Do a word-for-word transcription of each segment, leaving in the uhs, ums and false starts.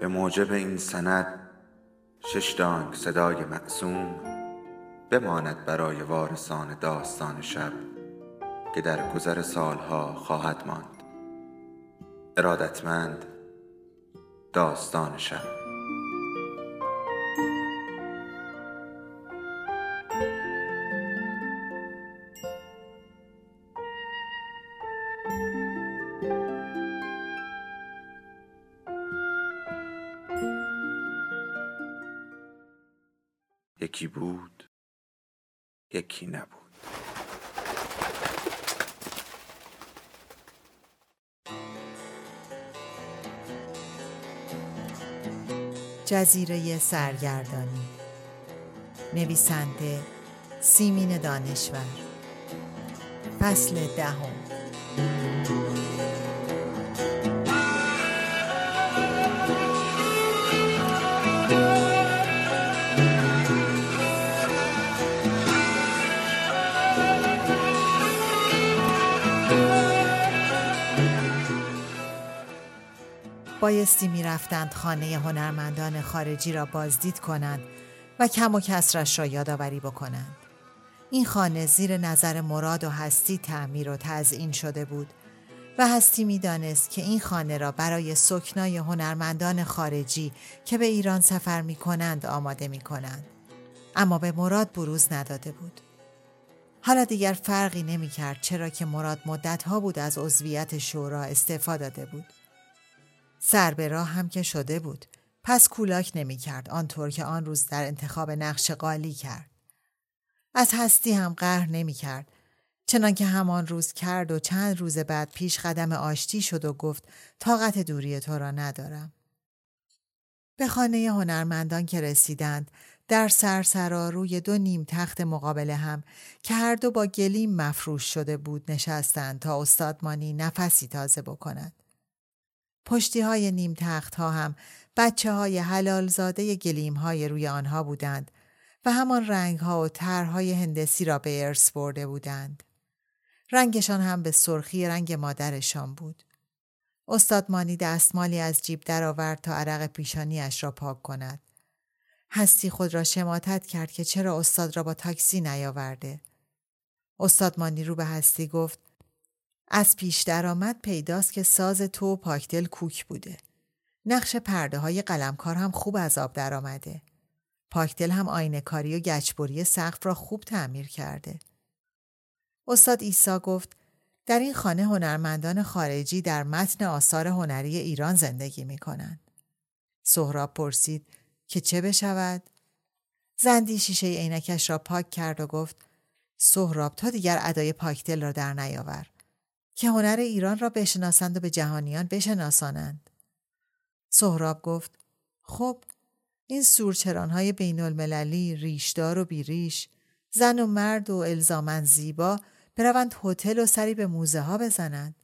به موجب این سند شش دانگ صدای معصوم بماند برای وارثان داستان شب که در گذر سالها خواهد ماند. ارادتمند، داستان شب. یکی بود، یکی نبود. جزیره سرگردانی. نویسنده سیمین دانشور. فصل دهم. بایستی می رفتند خانه هنرمندان خارجی را بازدید کنند و کم و کسرش را یادآوری بکنند. این خانه زیر نظر مراد و هستی تعمیر و تزیین شده بود و هستی می دانست که این خانه را برای سکنای هنرمندان خارجی که به ایران سفر می کنند آماده می کنند. اما به مراد بروز نداده بود. حالا دیگر فرقی نمی کرد چرا که مراد مدتها بود از عضویت شورا استعفا داده بود. سر به راه هم که شده بود، پس کولاک نمی کرد آنطور که آن روز در انتخاب نقش قالی کرد. از هستی هم قهر نمی کرد، چنان که همان روز کرد و چند روز بعد پیش قدم آشتی شد و گفت طاقت دوری تو را ندارم. به خانه هنرمندان که رسیدند، در سرسرا روی دو نیم تخت مقابل هم که هر دو با گلیم مفروش شده بود نشستند تا استادمانی نفسی تازه بکند. پشتی های نیم تخت ها هم بچه های حلال زاده گلیم های روی آنها بودند و همان رنگ ها و طرح‌های هندسی را به ارث برده بودند. رنگشان هم به سرخی رنگ مادرشان بود. استادمانی دستمالی از جیب درآورد تا عرق پیشانیش را پاک کند. هستی خود را شماتت کرد که چرا استاد را با تاکسی نیاورده. استادمانی رو به هستی گفت از پیش درآمد پیداست که ساز تو و پاکدل کوک بوده. نقش پرده های قلمکار هم خوب از آب درآمده. پاکدل هم آینه کاری و گچبری سقف را خوب تعمیر کرده. استاد عیسی گفت در این خانه هنرمندان خارجی در متن آثار هنری ایران زندگی می کنند. سهراب پرسید که چه بشود؟ زندی شیشه عینکش را پاک کرد و گفت سهراب تا دیگر ادای پاکدل را در نیاور که هنر ایران را بشناسند و به جهانیان بشناسانند. سهراب گفت خب این سورچرانهای بین المللی ریشدار و بیریش، زن و مرد و الزامن زیبا بروند هتل و سری به موزه ها بزنند.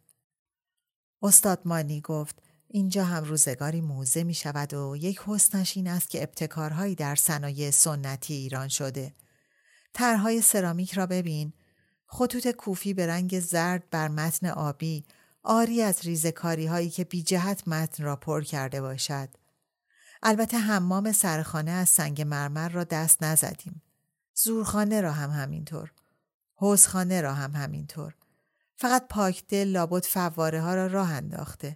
استاد مانی گفت اینجا هم روزگاری موزه می شود و یک حسنش این است که ابتکارهایی در صنایع سنتی ایران شده. طرحهای سرامیک را ببین، خطوط کوفی به رنگ زرد بر متن آبی، آری از ریزکاری هایی که بی جهت متن را پر کرده باشد. البته حمام سرخانه از سنگ مرمر را دست نزدیم. زورخانه را هم همینطور. حوضخانه را هم همینطور. فقط پاکدل لابد فواره ها را راه انداخته.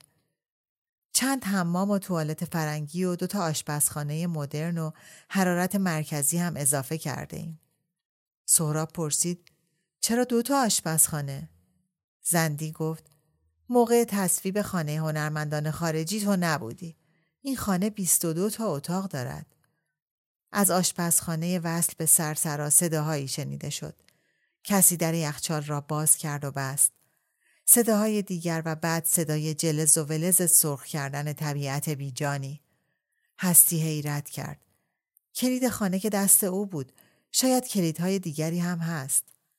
چند حمام و توالت فرنگی و دو تا آشپزخانه مدرن و حرارت مرکزی هم اضافه کرده ایم. سهراب پرسید چرا دو تا آشپزخانه؟ زندی گفت موقع تصویب خانه هنرمندان خارجی تو نبودی. این خانه بیست و دو تا اتاق دارد. از آشپزخانه وصل به سرسرا صداهایی شنیده شد. کسی در یخچال را باز کرد و بست. صداهای دیگر و بعد صدای جلز و ولز سرخ کردن طبیعت بیجانی. هستی حیرت کرد. کلید خانه که دست او بود. شاید کلیدهای دیگری هم هست.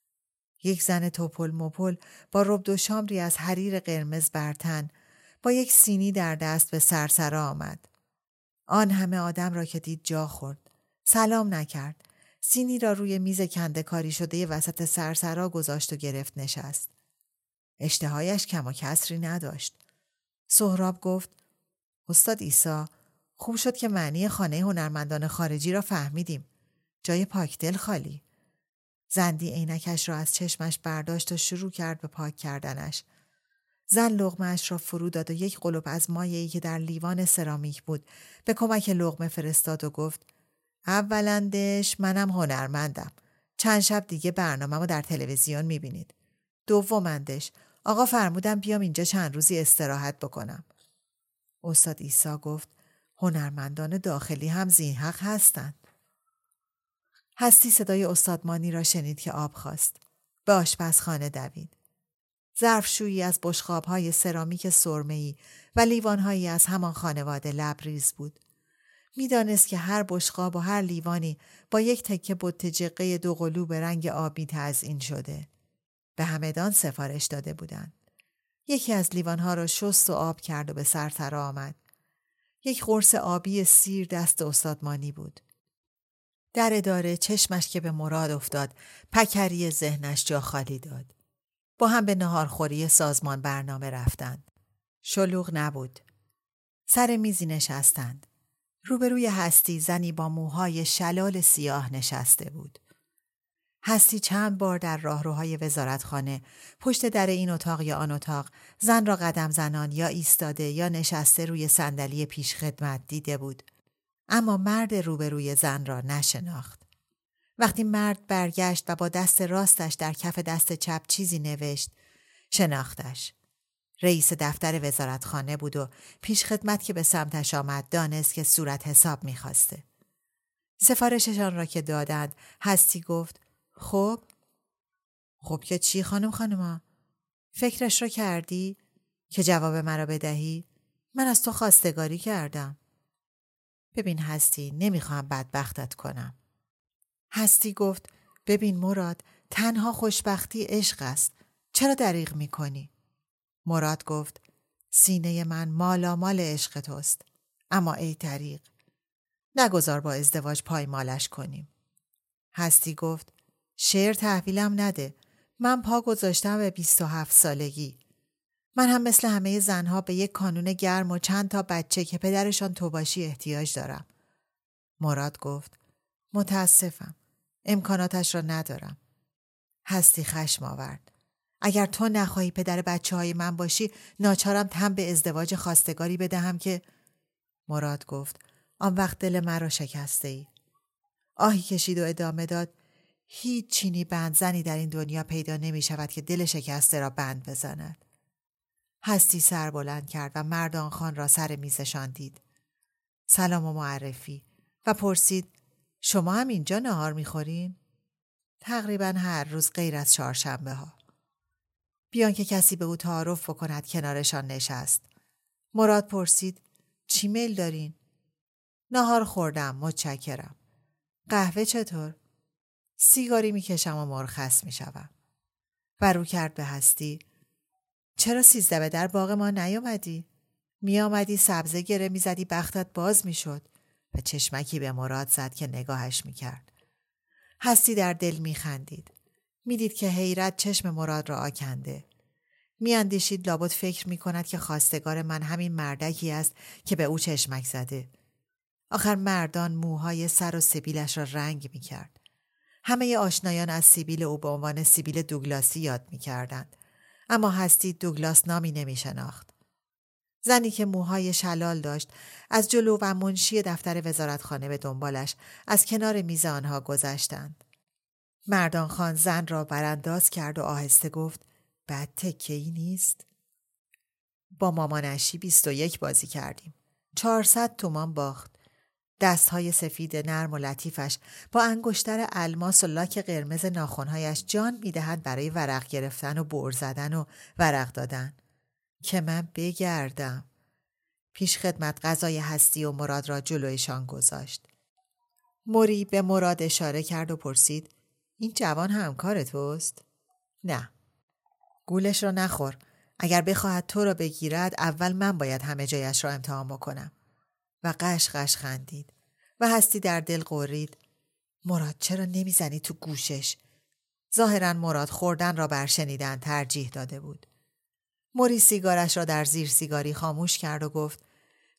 یک زن توپل مپل با ربد و شامری از حریر قرمز بر تن با یک سینی در دست به سرسرا آمد. آن همه آدم را که دید جا خورد. سلام نکرد. سینی را روی میز کنده کاری شده وسط سرسرا گذاشت و گرفت نشست. اشتهایش کم و کسری نداشت. سهراب گفت استاد عیسی، خوب شد که معنی خانه هنرمندان خارجی را فهمیدیم. جای پاکدل خالی. زندی عینکش را از چشمش برداشت و شروع کرد به پاک کردنش. زن لقمه‌اش را فرو داد و یک قلوب از مایعی که در لیوان سرامیک بود به کمک لقمه فرستاد و گفت اولندش منم هنرمندم. چند شب دیگه برنامه‌مو در تلویزیون میبینید. دومندش آقا فرمودم بیام اینجا چند روزی استراحت بکنم. استاد عیسی گفت هنرمندان داخلی هم ذی‌حق هستند. هستی صدای استاد مانی را شنید که آب خواست. به آشپزخانه دوید. ظرفشویی از بشقاب‌های سرامیک سرمه‌ای و لیوان‌هایی از همان خانواده لبریز بود. می‌دانست که هر بشقاب و هر لیوانی با یک تکه بت جقه دو قلو به رنگ آبی تزیین شده. به همدان سفارش داده بودند. یکی از لیوان‌ها را شست و آب کرد و به سرتر آمد. یک قرص آبی سیر دست استاد مانی بود. در اداره چشمش که به مراد افتاد، پکری ذهنش جا خالی داد. با هم به نهارخوری سازمان برنامه رفتند. شلوغ نبود. سر میزی نشستند. روبروی هستی زنی با موهای شلال سیاه نشسته بود. هستی چند بار در راهروهای وزارتخانه پشت در این اتاق یا آن اتاق زن را قدم زنان یا ایستاده یا نشسته روی صندلی پیش خدمت دیده بود. اما مرد روبروی زن را نشناخت. وقتی مرد برگشت و با دست راستش در کف دست چپ چیزی نوشت، شناختش. رئیس دفتر وزارتخانه بود و پیش خدمت که به سمتش آمد دانست که صورت حساب می‌خواسته. سفارششان را که دادند، هستی گفت خب؟ خب که چی خانم خانما؟ فکرش را کردی؟ که جواب مرا بدهی؟ من از تو خواستگاری کردم. ببین هستی، نمیخوام بدبختت کنم. هستی گفت ببین مراد، تنها خوشبختی عشق است. چرا دریغ میکنی؟ مراد گفت سینه من مالامال عشق توست. اما ای طریق، نگذار با ازدواج پایمالش کنیم. هستی گفت شعر تحویلم نده. من پا گذاشتم به بیست و هفت سالگی. من هم مثل همه زنها به یک کانون گرم و چند تا بچه که پدرشان توباشی احتیاج دارم. مراد گفت متاسفم. امکاناتش را ندارم. هستی خشم آورد. اگر تو نخواهی پدر بچه های من باشی ناچارم تن به ازدواج خواستگاری بدهم که... مراد گفت آن وقت دل مرا شکسته ای. آهی کشید و ادامه داد هیچ چینی بند زنی در این دنیا پیدا نمی شود که دل شکسته را بند بزند. هستی سر بلند کرد و مردان خان را سر میزشان دید. سلام و معرفی و پرسید شما هم اینجا نهار میخورین؟ تقریبا هر روز غیر از چهارشنبه ها. بیان که کسی به او تعارف بکند کنارشان نشست. مراد پرسید چی میل دارین؟ نهار خوردم، متشکرم. قهوه چطور؟ سیگاری میکشم و مرخص میشوم. و رو کرد به هستی. چرا سیزده به در باغ ما نیامدی؟ میامدی سبزه گره میزدی بختت باز میشد. و چشمکی به مراد زد که نگاهش میکرد. هستی در دل میخندید. میدید که حیرت چشم مراد را آکنده. میاندیشید لابد فکر میکند که خواستگار من همین مردکی است که به او چشمک زده. آخر مردان موهای سر و سبیلش را رنگ میکرد. همه آشنایان از سیبیل او به عنوان سیبیل دوگلاسی یاد میکردند. اما هستی دوگلاس نامی نمیشناخت. زنی که موهای شلال داشت از جلو و منشی دفتر وزارتخانه به دنبالش از کنار میز آنها گذشتند. مردان خان زن را برانداز کرد و آهسته گفت بد تکه‌ای نیست؟ با مامانشی بیست و یک بازی کردیم. چهارصد تومان باخت. دستهای سفید نرم و لطیفش با انگشتر الماس و لاک قرمز ناخنهایش جان میدهند برای ورق گرفتن و بر زدن و ورق دادن. که من بگردم. پیش خدمت غذای هستی و مراد را جلویشان گذاشت. موری به مراد اشاره کرد و پرسید این جوان همکار توست؟ نه. گولش را نخور. اگر بخواهد تو را بگیرد اول من باید همه جایش را امتحان بکنم. و قش قش خندید. و هستی در دل غرید. مراد چرا نمیزنی تو گوشش؟ ظاهراً مراد خوردن را بر شنیدن ترجیح داده بود. موری سیگارش را در زیر سیگاری خاموش کرد و گفت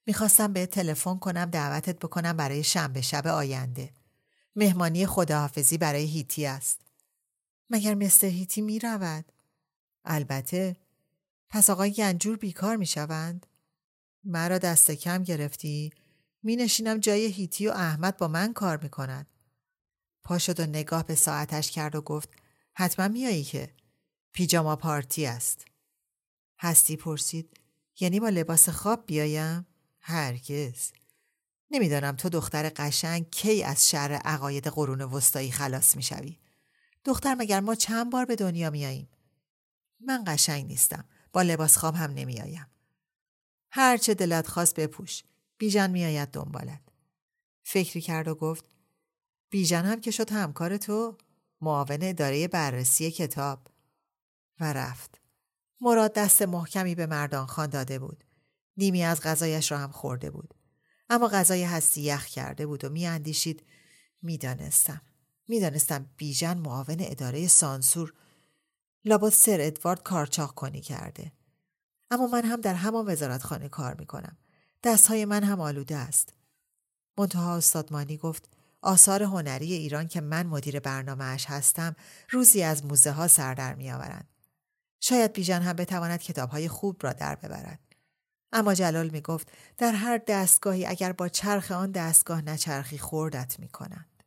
میخواستم به تلفن کنم دعوتت بکنم برای شنبه شب آینده. مهمانی خداحافظی برای هیتی است. مگر مستر هیتی می رود؟ البته. پس آقای گنجور بیکار می شوند؟ مرا دست کم گرفتی؟ می نشینم جای هیتی و احمد با من کار می کند. پا شد و نگاه به ساعتش کرد و گفت حتما میایی که پیجاما پارتی است. هستی پرسید یعنی با لباس خواب بیایم؟ هرگز. نمیدانم تو دختر قشنگ کی از شر عقاید قرون وسطایی خلاص میشوی. دختر مگر ما چند بار به دنیا میاییم؟ من قشنگ نیستم. با لباس خواب هم نمیایم. هر چه دلت خواست بپوش. بیژن میآید دنبالت. فکری کرد و گفت بیژن هم که شد همکار تو، معاون اداره بررسی کتاب. و رفت. مراد دست محکمی به مردان خان داده بود. نیمی از غذایش را هم خورده بود. اما غذای هستی یخ کرده بود و می اندیشید می دانستم. می دانستم بیژن معاون اداره سانسور لابد سر ادوارد کارچاق کنی کرده. اما من هم در همان وزارتخانه کار می کنم. دستهای من هم آلوده است. منتها استادمانی گفت آثار هنری ایران که من مدیر برنامه اش هستم روزی از موزه ها سر در می آورند. شاید بیژن هم بتواند کتابهای خوب را در ببرد. اما جلال می گفت در هر دستگاهی اگر با چرخ آن دستگاه نچرخی خوردت می کنند.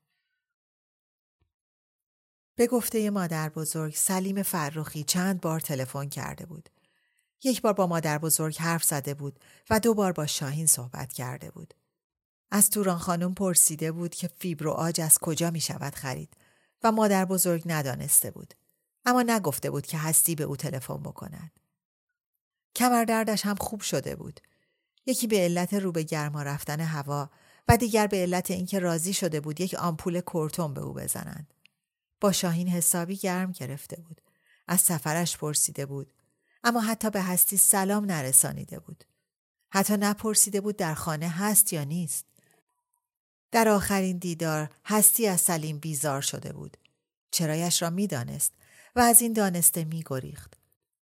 به گفته مادر بزرگ سلیم فرخی چند بار تلفن کرده بود. یک بار با مادر بزرگ حرف زده بود و دو بار با شاهین صحبت کرده بود. از توران خانم پرسیده بود که فیبر و آج از کجا می شود خرید و مادر بزرگ ندانسته بود. اما نگفته بود که هستی به او تلفن بکند. کمر دردش هم خوب شده بود. یکی به علت رو به گرما رفتن هوا و دیگر به علت اینکه راضی شده بود یک آمپول کورتون به او بزنند. با شاهین حسابی گرم گرفته بود. از سفرش پرسیده بود. اما حتی به هستی سلام نرسانیده بود. حتی نپرسیده بود در خانه هست یا نیست. در آخرین دیدار هستی از سلیم بیزار شده بود. چرایش را می دانست و از این دانسته می گریخت.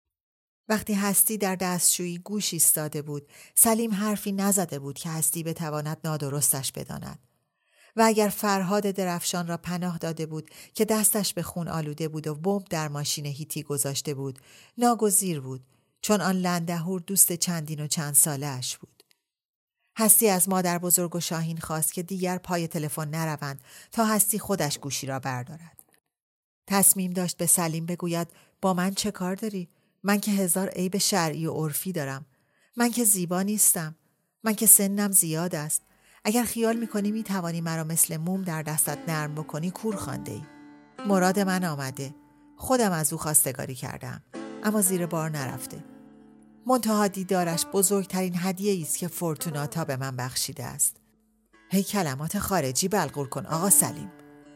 وقتی هستی در دستشویی گوش ایستاده بود، سلیم حرفی نزده بود که هستی بتواند نادرستش بداند. و اگر فرهاد درفشان را پناه داده بود که دستش به خون آلوده بود و بمب در ماشین هیتی گذاشته بود، ناگزیر بود چون آن لندهور دوست چندین و چند ساله اش بود. هستی از مادر بزرگ و شاهین خواست که دیگر پای تلفن نروند تا هستی خودش گوشی را بردارد. تصمیم داشت به سلیم بگوید با من چه کار داری؟ من که هزار عیب شرعی و عرفی دارم. من که زیبا نیستم. من که سنم زیاد است. اگر خیال میکنی میتوانی مرا مثل موم در دستت نرم بکنی کور خوانده ای. مراد من آمده. خودم از او خواستگاری کردم. اما زیر بار نرفته. منتها دیدارش بزرگترین هدیه است که فورتوناتا به من بخشیده است. هی کلمات خارجی بلغور کن آقا سلیم.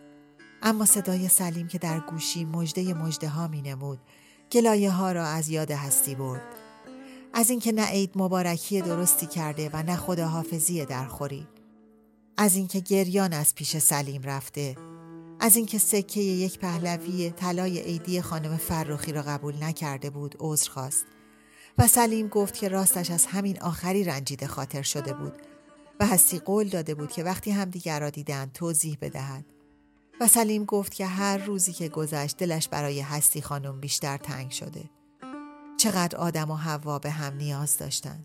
اما صدای سلیم که در گوشی مژده مژده ها می نمود گلایه ها را از یاد هستی برد. از اینکه نه عید مبارکی درستی کرده و نه خداحافظی درخوری. از اینکه گریان از پیش سلیم رفته. از اینکه سکه یک پهلوی طلای عیدی خانم فرخی را قبول نکرده بود عذر خواست. و سلیم گفت که راستش از همین آخری رنجیده خاطر شده بود و هستی قول داده بود که وقتی هم دیگر را دیدند توضیح بدهد. و سلیم گفت که هر روزی که گذشت دلش برای هستی خانم بیشتر تنگ شده. چقدر آدم و حوا به هم نیاز داشتند.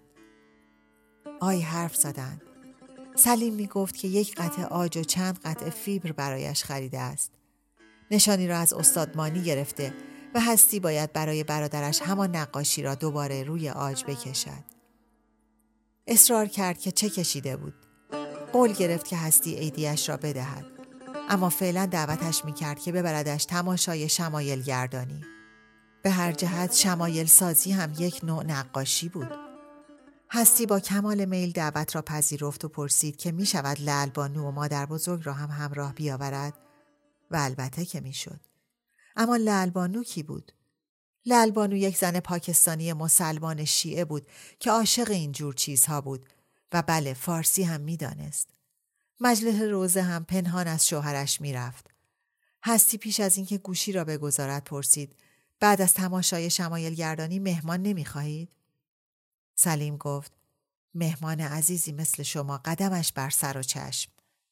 آی حرف زدند. سلیم می گفت که یک قطعه آج و چند قطعه فیبر برایش خریده است. نشانی را از استادمانی گرفته و هستی باید برای برادرش همان نقاشی را دوباره روی آج بکشد. اصرار کرد که چه کشیده بود. قول گرفت که هستی عیدیش را بدهد. اما فعلا دعوتش میکرد که ببردش تماشای شمایل گردانی. به هر جهت شمایل سازی هم یک نوع نقاشی بود. هستی با کمال میل دعوت را پذیرفت و پرسید که میشود لعل بانو و مادر بزرگ را هم همراه بیاورد و البته که میشد. اما لعل بانو کی بود؟ لعل بانو یک زن پاکستانی مسلمان شیعه بود که عاشق این جور چیزها بود و بله فارسی هم میدانست. مجلس روزه هم پنهان از شوهرش میرفت. هستی پیش از اینکه گوشی را بگذارد پرسید بعد از تماشای شمایل گردانی مهمان نمیخواهید؟ سلیم گفت مهمان عزیزی مثل شما قدمش بر سر و چشم.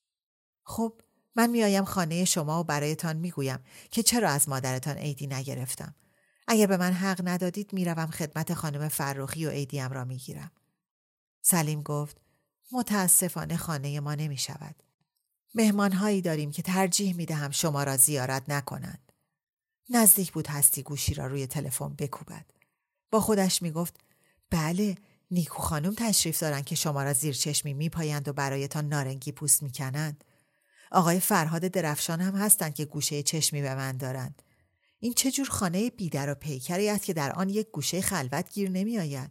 خب من میایم خانه شما و برایتان میگویم که چرا از مادرتان عیدی نگرفتم. اگر به من حق ندادید میروم خدمت خانم فرخی و عیدیم را میگیرم. سلیم گفت متاسفانه خانه ما نمی شود. مهمانهایی داریم که ترجیح می دهم شما را زیارت نکنند. نزدیک بود هستی گوشی را روی تلفن بکوبد. با خودش می گفت بله نیکو خانم تشریف دارند که شما را زیر چشمی می پایند و برایتان نارنگی پوست می کنند. آقای فرهاد درفشان هم هستند که گوشه چشمی به من دارند. این چه جور خانه بیدر و پیکری است که در آن یک گوشه خلوت گیر نمی آید؟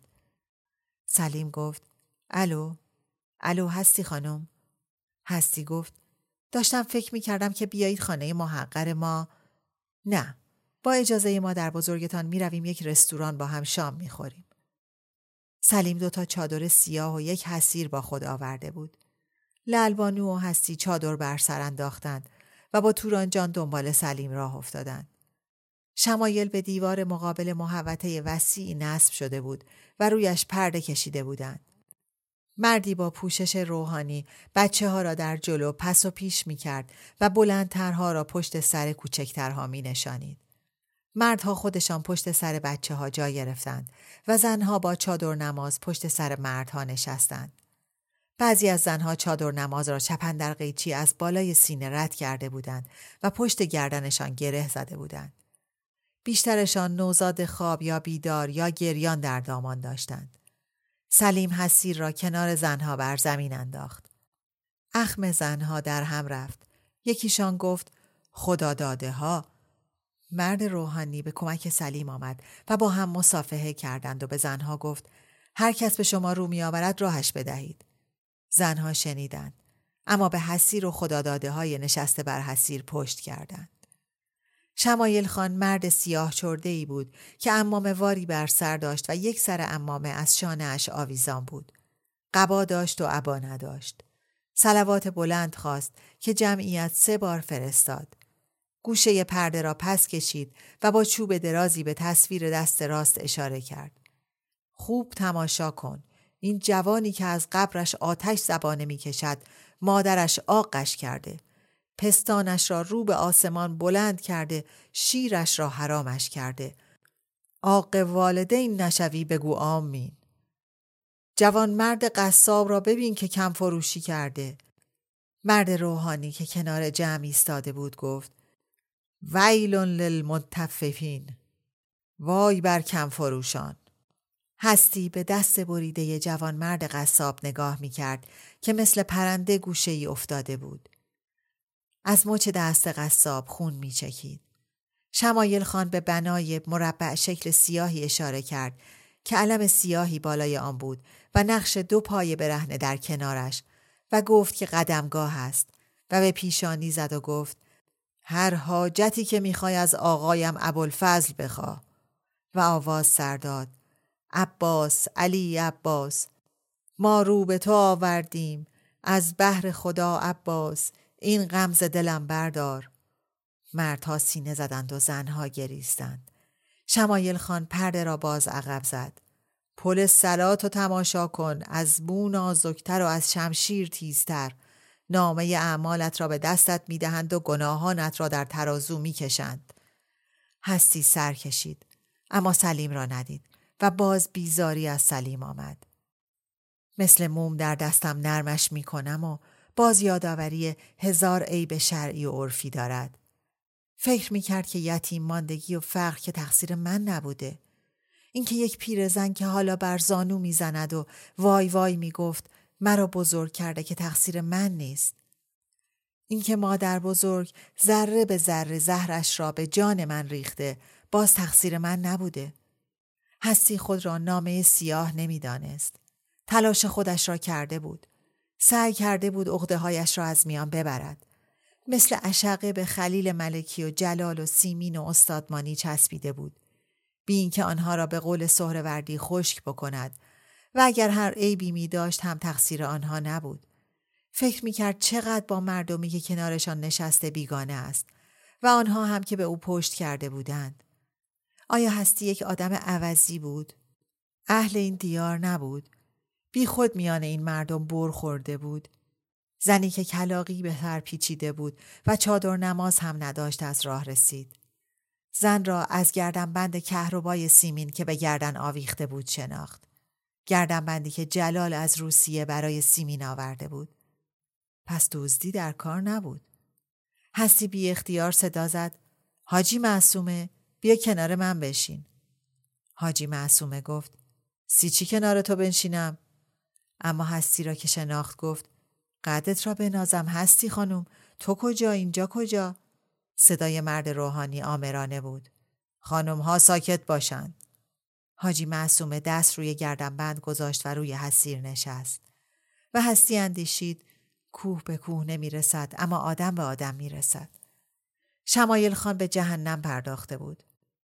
سلیم گفت الو الو هستی خانم. هستی گفت داشتم فکر می کردم که بیایید خانه محقر ما. نه با اجازه ما در بزرگتان می رویم یک رستوران با هم شام می خوریم. سلیم دو تا چادر سیاه و یک حصیر با خود آورده بود. لعلبانو و هستی چادر بر سر انداختند و با توران جان دنبال سلیم راه افتادند. شمایل به دیوار مقابل محوطه وسیعی نصب شده بود و رویش پرده کشیده بودند. مردی با پوشش روحانی بچه ها را در جلو پس و پیش می کرد و بلندترها را پشت سر کوچکترها می نشانید. مردها خودشان پشت سر بچه ها جا گرفتند و زنها با چادر نماز پشت سر مردها نشستند. بعضی از زنها چادر نماز را چپن در قیچی از بالای سینه رد کرده بودند و پشت گردنشان گره زده بودند. بیشترشان نوزاد خواب یا بیدار یا گریان در دامان داشتند. سلیم حصیر را کنار زنها بر زمین انداخت. اخم زنها در هم رفت. یکیشان گفت خدا داده ها. مرد روحانی به کمک سلیم آمد و با هم مصافحه کردند و به زنها گفت هر کس به شما رو می آورد راهش بدهید. زنها شنیدند اما به حصیر و خدا داده های نشسته بر حصیر پشت کردند. شمایل خان مرد سیاه چرده‌ای بود که عمامه واری بر سر داشت و یک سر عمامه از شانه اش آویزان بود. قبا داشت و عبا نداشت. صلوات بلند خواست که جمعیت سه بار فرستاد. گوشه پرده را پس کشید و با چوب درازی به تصویر دست راست اشاره کرد. خوب تماشا کن. این جوانی که از قبرش آتش زبانه می کشد مادرش آغش کرده. پستانش را رو به آسمان بلند کرده، شیرش را حرامش کرده. آق والدین نشوی بگو آمین. جوان مرد قصاب را ببین که کم فروشی کرده. مرد روحانی که کنار جمع ایستاده بود گفت ویل للمطففین. وای بر کم فروشان. هستی به دست بریده جوان مرد قصاب نگاه می کرد که مثل پرنده گوشه ای افتاده بود. از مچ دست قصاب خون می چکید. شمایل خان به بنای مربع شکل سیاهی اشاره کرد که علم سیاهی بالای آن بود و نقش دو پای برهنه در کنارش و گفت که قدمگاه است و به پیشانی زد و گفت هر حاجتی که میخوای از آقایم ابوالفضل بخواه. و آواز سر داد عباس علی عباس ما رو به تو آوردیم از بحر خدا عباس این غم ز دلم بردار. مردها سینه زدند و زنها گریستند. شمایل خان پرده را باز عقب زد. پل صلات رو تماشا کن، از بو نازکتر و از شمشیر تیزتر. نامه اعمالت را به دستت می دهند و گناهانت را در ترازو می کشند. هستی سر کشید اما سلیم را ندید و باز بیزاری از سلیم آمد. مثل موم در دستم نرمش می کنم و باز یادآوری هزار عیب شرعی و عرفی دارد. فکر می کرد که یتیم ماندگی و فقر که تقصیر من نبوده. اینکه یک پیرزن که حالا بر زانو می زند و وای وای می گفت مرا بزرگ کرده که تقصیر من نیست. اینکه مادر بزرگ ذره به ذره زهرش را به جان من ریخته باز تقصیر من نبوده. هستی خود را نامه سیاه نمی دانست. تلاش خودش را کرده بود. سعی کرده بود عقده‌هایش را از میان ببرد. مثل اشعه به خلیل ملکی و جلال و سیمین و استادمانی چسبیده بود. بی اینکه آنها را به قول سهروردی خشک بکند و اگر هر عیبی می داشت هم تقصیر آنها نبود. فکر می کرد چقدر با مردمی که کنارشان نشسته بیگانه است و آنها هم که به او پشت کرده بودند. آیا هستی یک آدم عوضی بود؟ اهل این دیار نبود؟ بی خود میان این مردم بر خورده بود. زنی که کلاغی به سر پیچیده بود و چادر نماز هم نداشت از راه رسید. زن را از گردنبند کهربای سیمین که به گردن آویخته بود شناخت. گردنبندی که جلال از روسیه برای سیمین آورده بود. پس دزدی در کار نبود. هستی بی اختیار صدا زد: حاجی معصومه، بیا کنار من بشین. حاجی معصومه گفت: سی چی کنار تو بنشینم؟ اما هستی را که شناخت گفت: قدت را بنازم هستی خانم، تو کجا، اینجا کجا؟ صدای مرد روحانی آمرانه بود: خانم ها ساکت باشند. حاجی معصومه دست روی گردنبند گذاشت و روی حصیر نشست و هستی اندیشید: کوه به کوه نمی رسد، اما آدم به آدم می رسد. شمایل خان به جهنم پرداخته بود.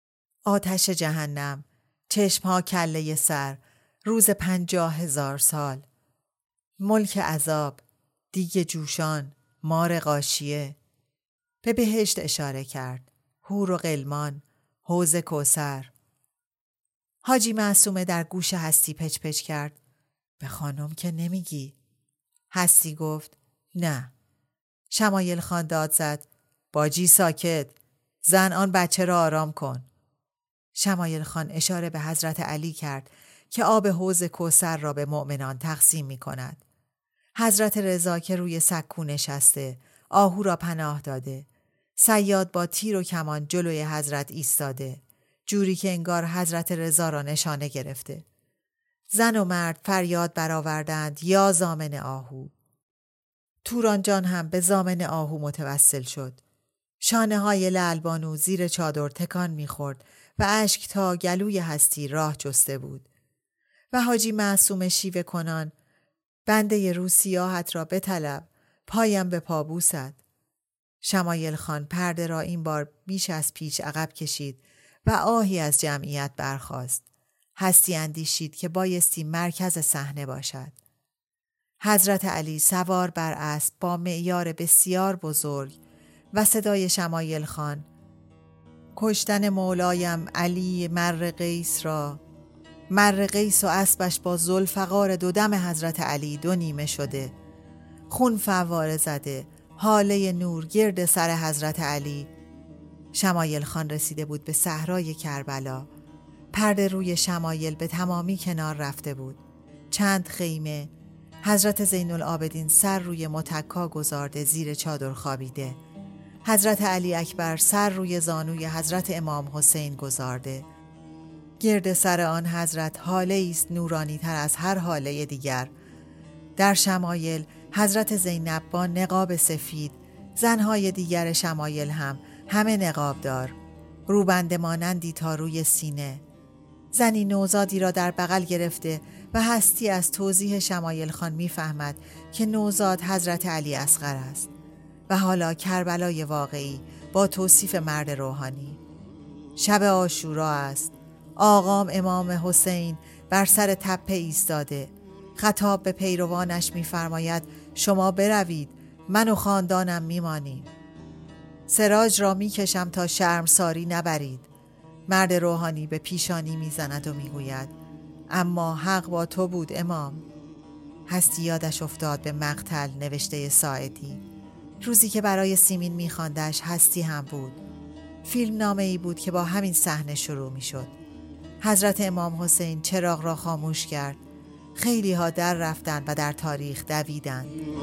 آتش جهنم، چشمها کله سر، روز پنجاه هزار سال، ملک عذاب، دیگ جوشان، مار غاشیه. به بهشت اشاره کرد: حور و غلمان، حوض کوثر. حاجی معصومه در گوش هستی پچ پچ کرد: به خانم که نمیگی؟ هستی گفت: نه. شمایل خان داد زد: باجی ساکت، زن آن بچه را آرام کن. شمایل خان اشاره به حضرت علی کرد که آب حوض کوثر را به مؤمنان تقسیم می کند. حضرت رضا که روی سکو نشسته، آهو را پناه داده. صیاد با تیر و کمان جلوی حضرت ایستاده، جوری که انگار حضرت رضا را نشانه گرفته. زن و مرد فریاد برآوردند: یا ضامن آهو. توران جان هم به ضامن آهو متوسل شد. شانه های لعلبانو زیر چادر تکان می‌خورد و اشک تا گلوی هستی راه جسته بود. و حاجی معصوم شیوه کنان: بنده رو سیاحت را بطلب، پایم به پا بوسد. شمایل خان پرده را این بار بیش از پیش عقب کشید و آهی از جمعیت برخاست. هستی اندیشید که بایستی مرکز صحنه باشد. حضرت علی سوار بر اسب با معیار بسیار بزرگ و صدای شمایل خان: کشتن مولایم علی مر قیس را. مر قیس و اسبش با ذوالفقار دو دم حضرت علی دو نیمه شده، خون فواره زده، هاله نور گرد سر حضرت علی. شمایل خان رسیده بود به صحرای کربلا. پرده روی شمایل به تمامی کنار رفته بود. چند خیمه. حضرت زین العابدین سر روی متکا گذارده زیر چادر خوابیده. حضرت علی اکبر سر روی زانوی حضرت امام حسین گذارده. گرد سر آن حضرت حاله است نورانی تر از هر حاله دیگر. در شمایل حضرت زینب با نقاب سفید، زنهای دیگر شمایل هم همه نقاب دار، روبند مانندی تا روی سینه. زنی نوزادی را در بغل گرفته و هستی از توضیح شمایل خان می فهمد که نوزاد حضرت علی اصغر است. و حالا کربلای واقعی با توصیف مرد روحانی. شب عاشورا است. آقام امام حسین بر سر تپه ایستاده. خطاب به پیروانش می فرماید: شما بروید، من و خاندانم می مانیم. سراج را می کشم تا شرمساری نبرید. مرد روحانی به پیشانی می زند و می گوید: اما حق با تو بود امام. هستی یادش افتاد به مقتل نوشته ساعدی. روزی که برای سیمین می خواندش هستی هم بود. فیلم نامه ای بود که با همین صحنه شروع می شد. حضرت امام حسین چراغ را خاموش کرد. خیلی ها در رفتند و در تاریخ دویدند.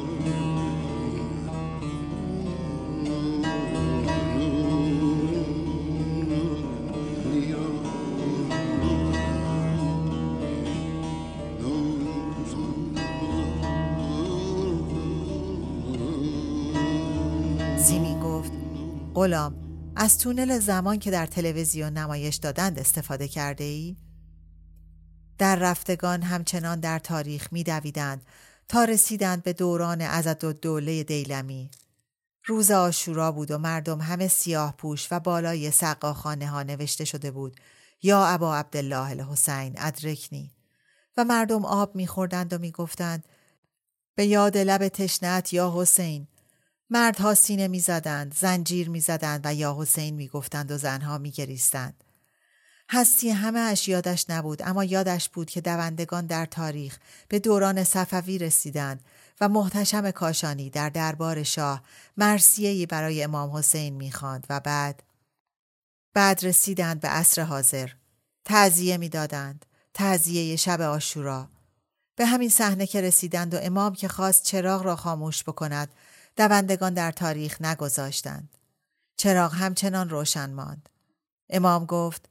سیمی گفت: غلام، از تونل زمان که در تلویزیون نمایش دادند استفاده کرده ای؟ در رفتگان همچنان در تاریخ می دویدند تا رسیدند به دوران عضدالدوله دیلمی. روز عاشورا بود و مردم همه سیاه پوش و بالای سقاخانه ها نوشته شده بود: یا ابا عبدالله الحسین ادرکنی. و مردم آب می خوردند و می گفتند: به یاد لب تشنه‌ات یا حسین. مردها سینه می زدند، زنجیر می زدند و یا حسین می گفتند و زنها می گریستند. هستی همه اش یادش نبود، اما یادش بود که دوندگان در تاریخ به دوران صفوی رسیدند و محتشم کاشانی در دربار شاه مرثیه‌ای برای امام حسین می‌خواند و بعد بعد رسیدند به عصر حاضر. تعزیه می‌دادند، تعزیه شب عاشورا. به همین صحنه که رسیدند و امام که خواست چراغ را خاموش بکند، دوندگان در تاریخ نگذاشتند. چراغ همچنان روشن ماند. امام گفت: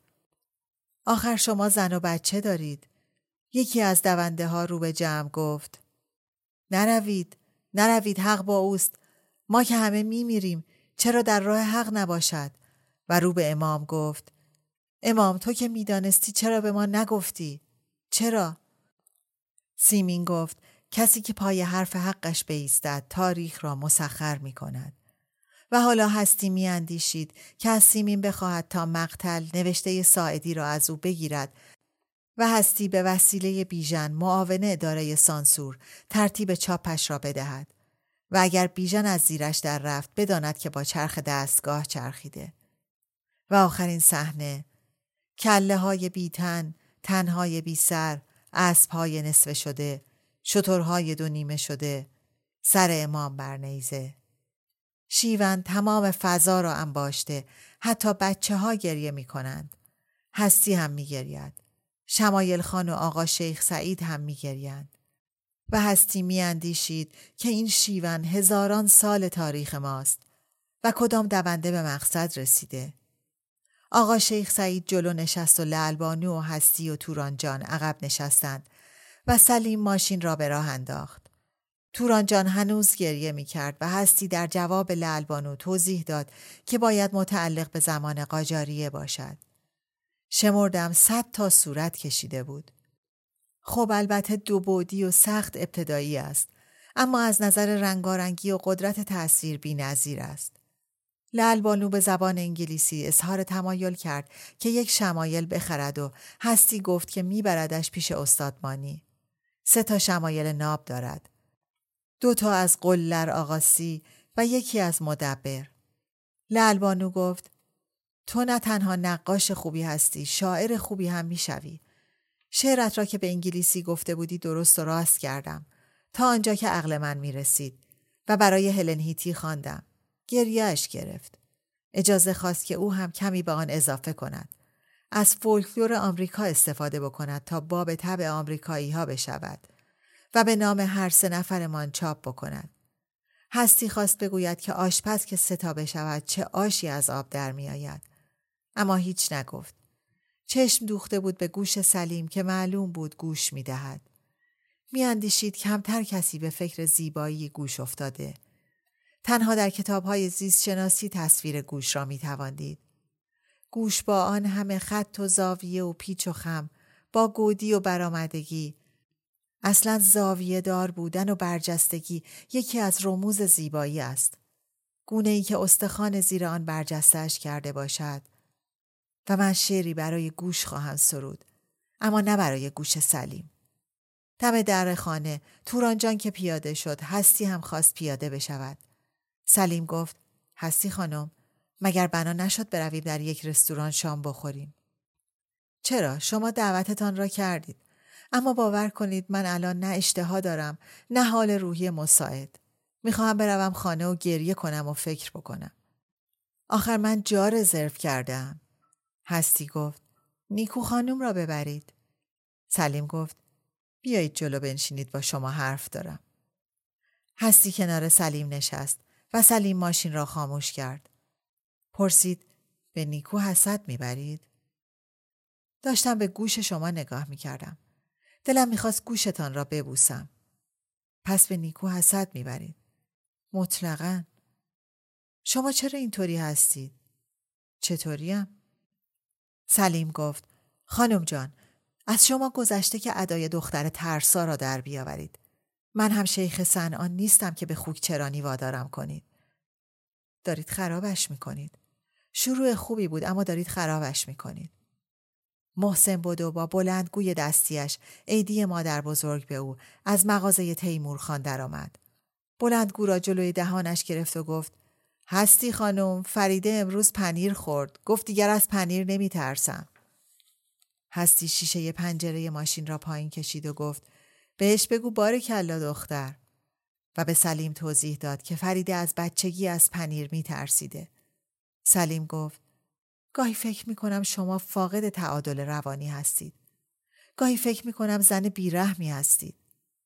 آخر شما زن و بچه دارید. یکی از دونده ها رو به جمع گفت: نروید، نروید، حق با اوست. ما که همه می میریم، چرا در راه حق نباشد؟ و رو به امام گفت: امام تو که می دانستی چرا به ما نگفتی؟ چرا؟ سیمین گفت: کسی که پای حرف حقش بایستد تاریخ را مسخر می کند. و حالا هستی می اندیشید که از سیمین بخواهد تا مقتل نوشته ساعدی را از او بگیرد و هستی به وسیله بیژن معاون اداره سانسور ترتیب چاپش را بدهد و اگر بیژن از زیرش در رفت بداند که با چرخ دستگاه چرخیده. و آخرین صحنه، کله های بی تن، تنهای بی سر، اسب های نصفه شده، شترهای دو نیمه شده، سر امام بر نیزه. شیون تمام فضا را انباشته، حتی بچه ها گریه می کنند. هستی هم می گرید. شمایل خان و آقا شیخ سعید هم می گریند. و هستی می اندیشید که این شیون هزاران سال تاریخ ماست و کدام دونده به مقصد رسیده. آقا شیخ سعید جلو نشست و لعلبانو و هستی و توران جان عقب نشستند و سلیم ماشین را به راه انداخت. توران جان هنوز گریه می کرد و هستی در جواب لعلبانو توضیح داد که باید متعلق به زمان قاجاریه باشد. شمردم صد تا صورت کشیده بود. خب البته دو بعدی و سخت ابتدایی است، اما از نظر رنگارنگی و قدرت تأثیر بی نظیر است. لعلبانو به زبان انگلیسی اظهار تمایل کرد که یک شمایل بخرد و هستی گفت که میبردش پیش استادمانی. سه تا شمایل ناب دارد. دو تا از قلر آقاسی و یکی از مدبر. لعلبانو گفت: تو نه تنها نقاش خوبی هستی، شاعر خوبی هم میشوی. شعرت را که به انگلیسی گفته بودی درست و راست کردم تا آنجا که عقل من میرسید و برای هلن هیتی خواندم. گریه‌اش گرفت. اجازه خواست که او هم کمی به آن اضافه کند. از فولکلور آمریکا استفاده بکند تا باب طبع آمریکایی ها بشود و به نام هر سه نفرمان چاپ بکند. هستی خواست بگوید که آشپز که سه تا بشود چه آشی از آب در می آید. اما هیچ نگفت. چشم دوخته بود به گوش سلیم که معلوم بود گوش می دهد. می اندیشید کمتر کسی به فکر زیبایی گوش افتاده. تنها در کتاب‌های زیست شناسی تصویر گوش را می توان دید. گوش با آن همه خط و زاویه و پیچ و خم، با گودی و برآمدگی، اصلا زاویه دار بودن و برجستگی یکی از رموز زیبایی است. گونه ای که استخوان زیر آن برجسته‌اش کرده باشد. و من شعری برای گوش خواهم سرود، اما نه برای گوش سلیم. دم در خانه توران جان که پیاده شد، هستی هم خواست پیاده بشود. سلیم گفت: هستی خانم، مگر بنا نشد برویم در یک رستوران شام بخوریم؟ چرا؟ شما دعوتتان را کردید. اما باور کنید من الان نه اشتها دارم، نه حال روحی مساعد. میخواهم بروم خانه و گریه کنم و فکر بکنم. آخر من جا رزرو کردم. هستی گفت: نیکو خانم را ببرید. سلیم گفت: بیایید جلو بنشینید، با شما حرف دارم. هستی کنار سلیم نشست و سلیم ماشین را خاموش کرد. پرسید: به نیکو حسد میبرید؟ داشتم به گوش شما نگاه میکردم. دلم میخواست گوشتان را ببوسم. پس به نیکو حسد میبرید؟ مطلقاً. شما چرا اینطوری هستید؟ چطوریم؟ سلیم گفت: خانم جان، از شما گذشته که ادای دختر ترسا را در بیاورید. من هم شیخ صنعان نیستم که به خوک چرانی وادارم کنید. دارید خرابش میکنید. شروع خوبی بود اما دارید خرابش میکنید. محسن بدو با بلندگوی دستیش عیدی مادر بزرگ به او از مغازه تیمور خان در آمد. بلندگو را جلوی دهانش گرفت و گفت: هستی خانم، فریده امروز پنیر خورد. گفت دیگر از پنیر نمی ترسم. هستی شیشه پنجره ماشین را پایین کشید و گفت بهش بگو بارکلا دختر. و به سلیم توضیح داد که فریده از بچگی از پنیر می ترسیده. سلیم گفت گاهی فکر می کنم شما فاقد تعادل روانی هستید. گاهی فکر می کنم زن بیرحمی هستید.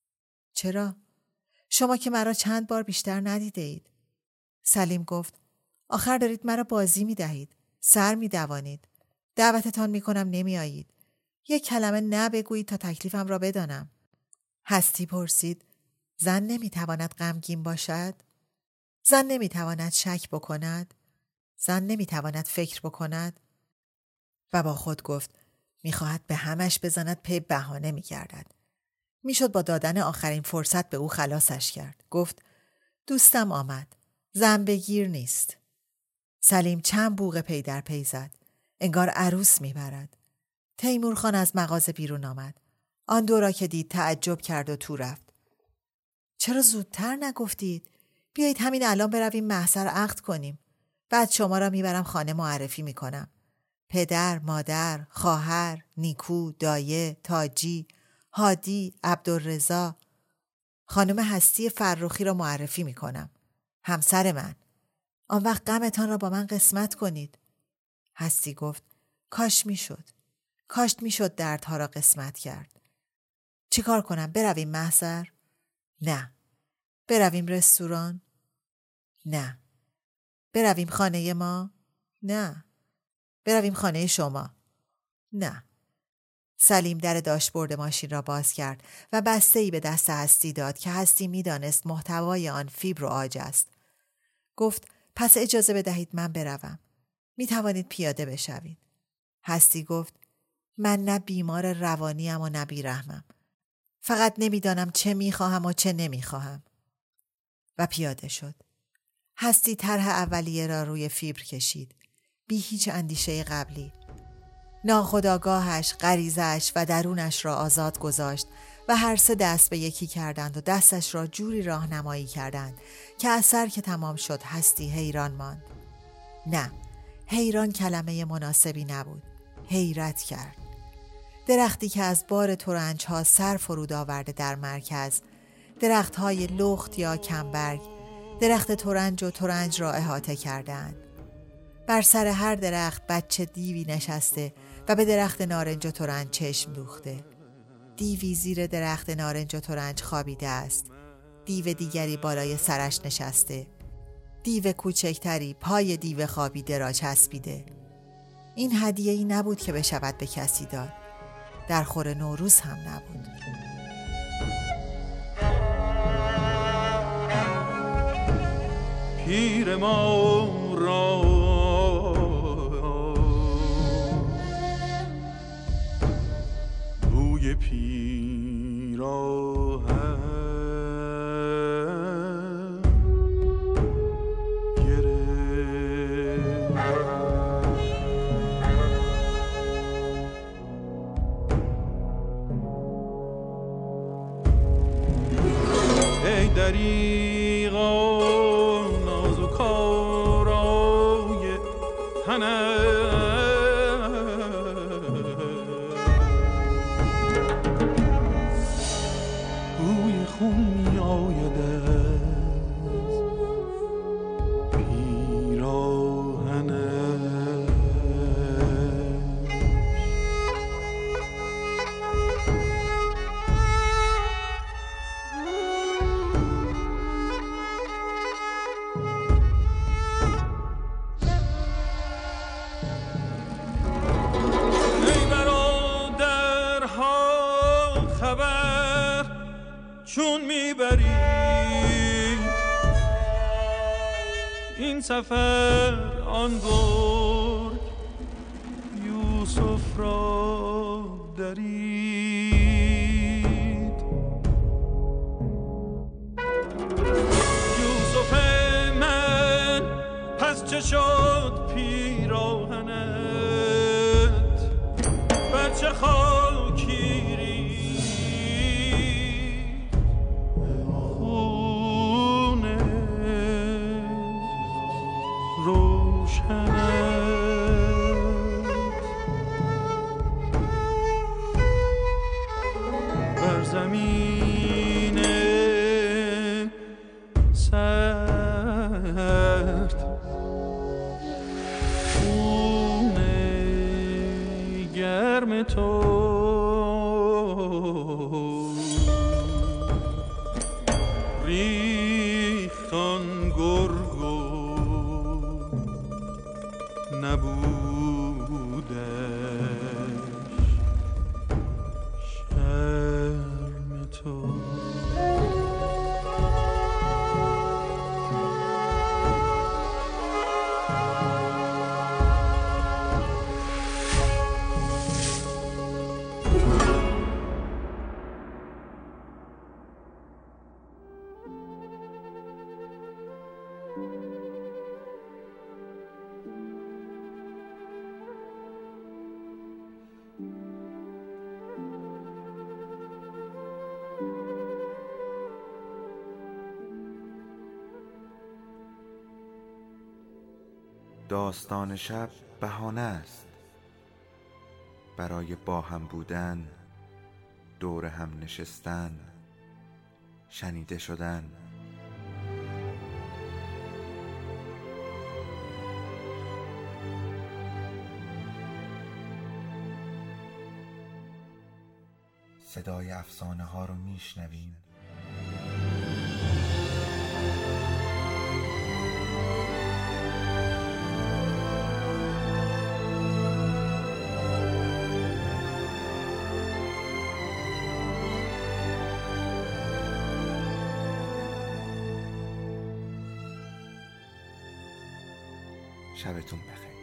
چرا؟ شما که مرا چند بار بیشتر ندیده اید. سلیم گفت آخر دارید مرا بازی می دهید. سر می دوانید. دعوتتان می کنم نمی آیید. یک کلمه نه بگویید تا تکلیفم را بدانم. هستی پرسید زن نمی تواند غمگین باشد؟ زن نمی تواند شک بکند؟ زن نمی تواند فکر بکند؟ و با خود گفت می خواهد به همش بزند پی بهانه می گردد. می شد با دادن آخرین فرصت به او خلاصش کرد. گفت دوستم آمد. زن بگیر نیست. سلیم چند بوق پی در پی زد. انگار عروس می برد. تیمور خان از مغازه بیرون آمد. آن دو را که دید تعجب کرد و تو رفت. چرا زودتر نگفتید؟ بیایید همین الان برویم محضر عقد کنیم. بعد شما را میبرم خانه معرفی میکنم. پدر، مادر، خواهر، نیکو، دایه، تاجی، هادی، عبدالرضا. خانم هستی فرخی را معرفی میکنم. همسر من. آن وقت غمتان را با من قسمت کنید. هستی گفت کاش میشد. کاش میشد دردها را قسمت کرد. چی کار کنم؟ برویم محضر؟ نه. برویم رستوران؟ نه. برویم خانه ما؟ نه. برویم خانه شما؟ نه. سلیم در داشبورد ماشین را باز کرد و بسته‌ای به دست هستی داد که هستی می‌دانست محتوای آن فیبر و عاج است. گفت پس اجازه بدهید من بروم. می توانید پیاده بشوید. هستی گفت من نه بیمار روانیم و نه بیرحمم. فقط نمیدانم چه میخواهم و چه نمیخواهم. و پیاده شد. هستی طرح اولیه را روی فیبر کشید. بی هیچ اندیشه قبلی. ناخودآگاهش، غریزه‌اش و درونش را آزاد گذاشت و هر سه دست به یکی کردند و دستش را جوری راهنمایی کردند که اثر که تمام شد هستی حیران ماند. نه، حیران کلمه مناسبی نبود. حیرت کرد. درختی که از بار ترنج‌ها سر فرود آورده در مرکز، درخت‌های لخت یا کمبرگ، درخت ترنج و ترنج را احاطه کردند. بر سر هر درخت بچه دیوی نشسته و به درخت نارنج و ترنج چشم دوخته. دیوی زیر درخت نارنج و ترنج خوابیده است. دیو دیگری بالای سرش نشسته. دیو کوچکتری پای دیو خوابیده را چسبیده. این هدیه ای نبود که بشود به کسی داد. در خور نوروز هم نبود. پیر ما را بوی پیراهن گرفت. ای دریغا نازکارای تنم بوی خون می آید از پیراهنش. ای برادرها خبر چون میبرید این سفر آن گرگ یوسف را درید. یوسف من پس چه شد پیراهنت بر چه خاکی ریخت خون روشنت. زمین سرد خون گرم تو ریختان گرگ و نبودش شرم تو. داستان شب بهانه است برای با هم بودن، دور هم نشستن، شنیده شدن. صدای افسانه ها رو میشنویم. شبتون بخیر.